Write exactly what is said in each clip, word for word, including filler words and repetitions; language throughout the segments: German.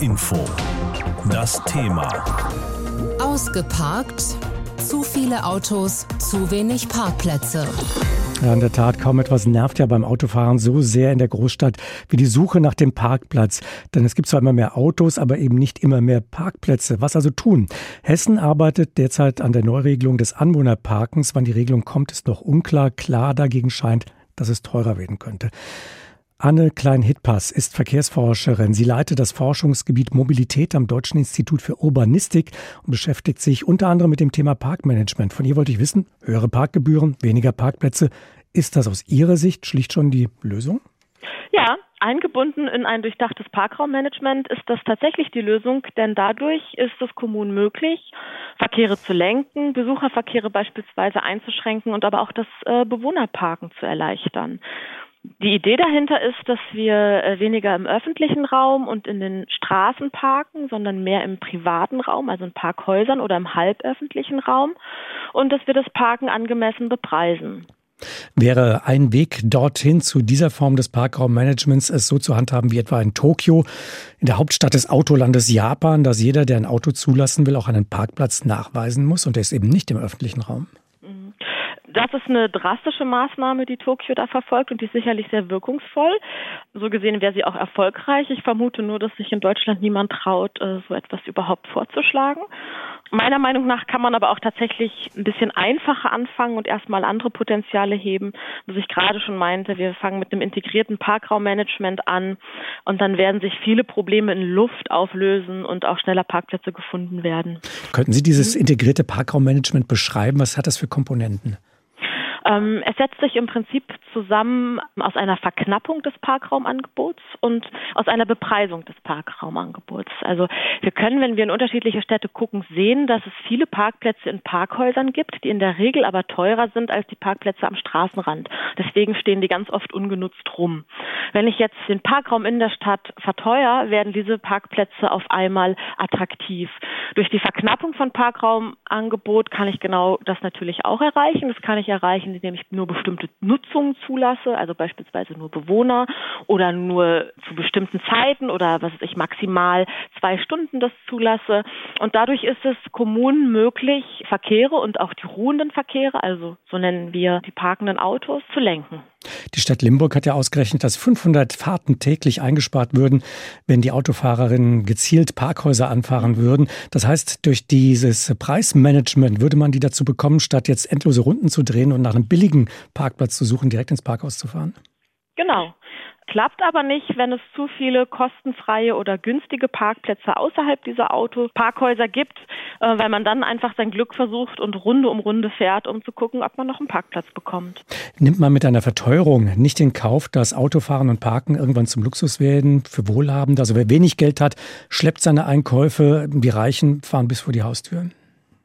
Info. Das Thema. Ausgeparkt. Zu viele Autos, zu wenig Parkplätze. Ja, in der Tat, kaum etwas nervt ja beim Autofahren so sehr in der Großstadt wie die Suche nach dem Parkplatz. Denn es gibt zwar immer mehr Autos, aber eben nicht immer mehr Parkplätze. Was also tun? Hessen arbeitet derzeit an der Neuregelung des Anwohnerparkens. Wann die Regelung kommt, ist noch unklar. Klar dagegen scheint, dass es teurer werden könnte. Anne Klein-Hittpass ist Verkehrsforscherin. Sie leitet das Forschungsgebiet Mobilität am Deutschen Institut für Urbanistik und beschäftigt sich unter anderem mit dem Thema Parkmanagement. Von ihr wollte ich wissen, höhere Parkgebühren, weniger Parkplätze. Ist das aus Ihrer Sicht schlicht schon die Lösung? Ja, eingebunden in ein durchdachtes Parkraummanagement ist das tatsächlich die Lösung, denn dadurch ist es Kommunen möglich, Verkehre zu lenken, Besucherverkehre beispielsweise einzuschränken und aber auch das äh, Bewohnerparken zu erleichtern. Die Idee dahinter ist, dass wir weniger im öffentlichen Raum und in den Straßen parken, sondern mehr im privaten Raum, also in Parkhäusern oder im halböffentlichen Raum, und dass wir das Parken angemessen bepreisen. Wäre ein Weg dorthin zu dieser Form des Parkraummanagements, es so zu handhaben wie etwa in Tokio, in der Hauptstadt des Autolandes Japan, dass jeder, der ein Auto zulassen will, auch einen Parkplatz nachweisen muss und der ist eben nicht im öffentlichen Raum? Das ist eine drastische Maßnahme, die Tokio da verfolgt, und die ist sicherlich sehr wirkungsvoll. So gesehen wäre sie auch erfolgreich. Ich vermute nur, dass sich in Deutschland niemand traut, so etwas überhaupt vorzuschlagen. Meiner Meinung nach kann man aber auch tatsächlich ein bisschen einfacher anfangen und erstmal andere Potenziale heben. Was ich gerade schon meinte, wir fangen mit einem integrierten Parkraummanagement an und dann werden sich viele Probleme in Luft auflösen und auch schneller Parkplätze gefunden werden. Könnten Sie dieses integrierte Parkraummanagement beschreiben? Was hat das für Komponenten? Ähm, es setzt sich im Prinzip zusammen aus einer Verknappung des Parkraumangebots und aus einer Bepreisung des Parkraumangebots. Also wir können, wenn wir in unterschiedliche Städte gucken, sehen, dass es viele Parkplätze in Parkhäusern gibt, die in der Regel aber teurer sind als die Parkplätze am Straßenrand. Deswegen stehen die ganz oft ungenutzt rum. Wenn ich jetzt den Parkraum in der Stadt verteuere, werden diese Parkplätze auf einmal attraktiv. Durch die Verknappung von Parkraumangebot kann ich genau das natürlich auch erreichen. Das kann ich erreichen, indem ich nur bestimmte Nutzungen zulasse, also beispielsweise nur Bewohner oder nur zu bestimmten Zeiten oder was weiß ich, maximal zwei Stunden das zulasse. Und dadurch ist es Kommunen möglich, Verkehre und auch die ruhenden Verkehre, also so nennen wir die parkenden Autos, zu lenken. Die Stadt Limburg hat ja ausgerechnet, dass fünfhundert Fahrten täglich eingespart würden, wenn die Autofahrerinnen gezielt Parkhäuser anfahren würden. Das heißt, durch dieses Preismanagement würde man die dazu bekommen, statt jetzt endlose Runden zu drehen und nach einem billigen Parkplatz zu suchen, direkt ins Parkhaus zu fahren? Genau. Klappt aber nicht, wenn es zu viele kostenfreie oder günstige Parkplätze außerhalb dieser Autoparkhäuser gibt, äh, weil man dann einfach sein Glück versucht und Runde um Runde fährt, um zu gucken, ob man noch einen Parkplatz bekommt. Nimmt man mit einer Verteuerung nicht in Kauf, dass Autofahren und Parken irgendwann zum Luxus werden für Wohlhabende? Also wer wenig Geld hat, schleppt seine Einkäufe, die Reichen fahren bis vor die Haustüren?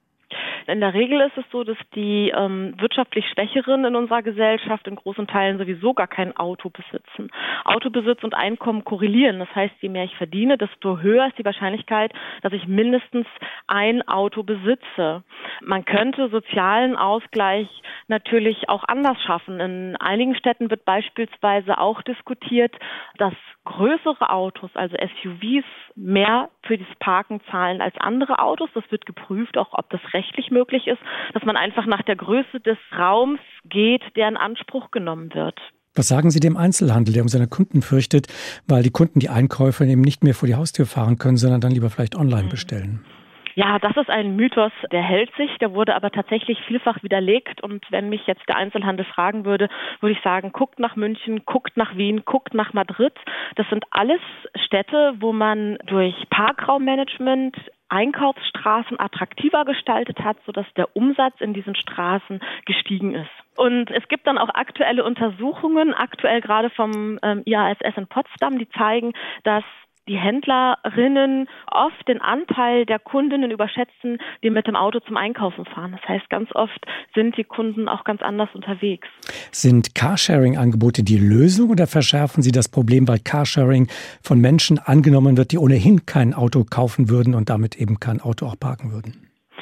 In der Regel ist es so, dass die ähm, wirtschaftlich Schwächeren in unserer Gesellschaft in großen Teilen sowieso gar kein Auto besitzen. Autobesitz und Einkommen korrelieren. Das heißt, je mehr ich verdiene, desto höher ist die Wahrscheinlichkeit, dass ich mindestens ein Auto besitze. Man könnte sozialen Ausgleich natürlich auch anders schaffen. In einigen Städten wird beispielsweise auch diskutiert, dass größere Autos, also S U Vs, mehr für das Parken zahlen als andere Autos. Das wird geprüft, auch ob das rechtlich möglich ist, dass man einfach nach der Größe des Raums geht, der in Anspruch genommen wird. Was sagen Sie dem Einzelhandel, der um seine Kunden fürchtet, weil die Kunden die Einkäufe eben nicht mehr vor die Haustür fahren können, sondern dann lieber vielleicht online bestellen? Ja, das ist ein Mythos, der hält sich, der wurde aber tatsächlich vielfach widerlegt. Und wenn mich jetzt der Einzelhandel fragen würde, würde ich sagen, guckt nach München, guckt nach Wien, guckt nach Madrid. Das sind alles Städte, wo man durch Parkraummanagement Einkaufsstraßen attraktiver gestaltet hat, sodass der Umsatz in diesen Straßen gestiegen ist. Und es gibt dann auch aktuelle Untersuchungen, aktuell gerade vom ähm, I A S S in Potsdam, die zeigen, dass die Händlerinnen oft den Anteil der Kundinnen überschätzen, die mit dem Auto zum Einkaufen fahren. Das heißt, ganz oft sind die Kunden auch ganz anders unterwegs. Sind Carsharing-Angebote die Lösung oder verschärfen sie das Problem, weil Carsharing von Menschen angenommen wird, die ohnehin kein Auto kaufen würden und damit eben kein Auto auch parken würden?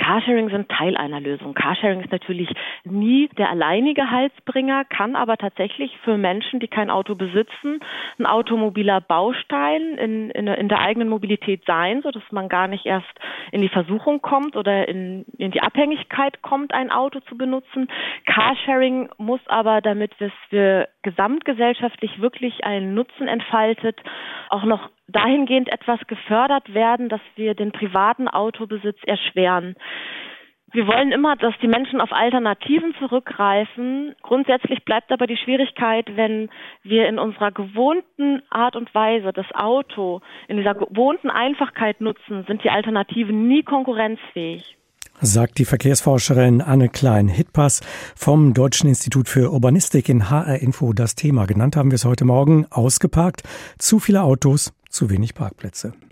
Carsharing sind Teil einer Lösung. Carsharing ist natürlich nie der alleinige Heilsbringer, kann aber tatsächlich für Menschen, die kein Auto besitzen, ein automobiler Baustein in, in, in der eigenen Mobilität sein, sodass man gar nicht erst in die Versuchung kommt oder in, in die Abhängigkeit kommt, ein Auto zu benutzen. Carsharing muss aber, damit wir gesamtgesellschaftlich wirklich einen Nutzen entfaltet, auch noch dahingehend etwas gefördert werden, dass wir den privaten Autobesitz erschweren. Wir wollen immer, dass die Menschen auf Alternativen zurückgreifen. Grundsätzlich bleibt aber die Schwierigkeit, wenn wir in unserer gewohnten Art und Weise das Auto in dieser gewohnten Einfachkeit nutzen, sind die Alternativen nie konkurrenzfähig. Sagt die Verkehrsforscherin Anne Klein-Hittpass vom Deutschen Institut für Urbanistik in H R Info. Das Thema genannt haben wir es heute Morgen. Ausgeparkt, zu viele Autos, zu wenig Parkplätze.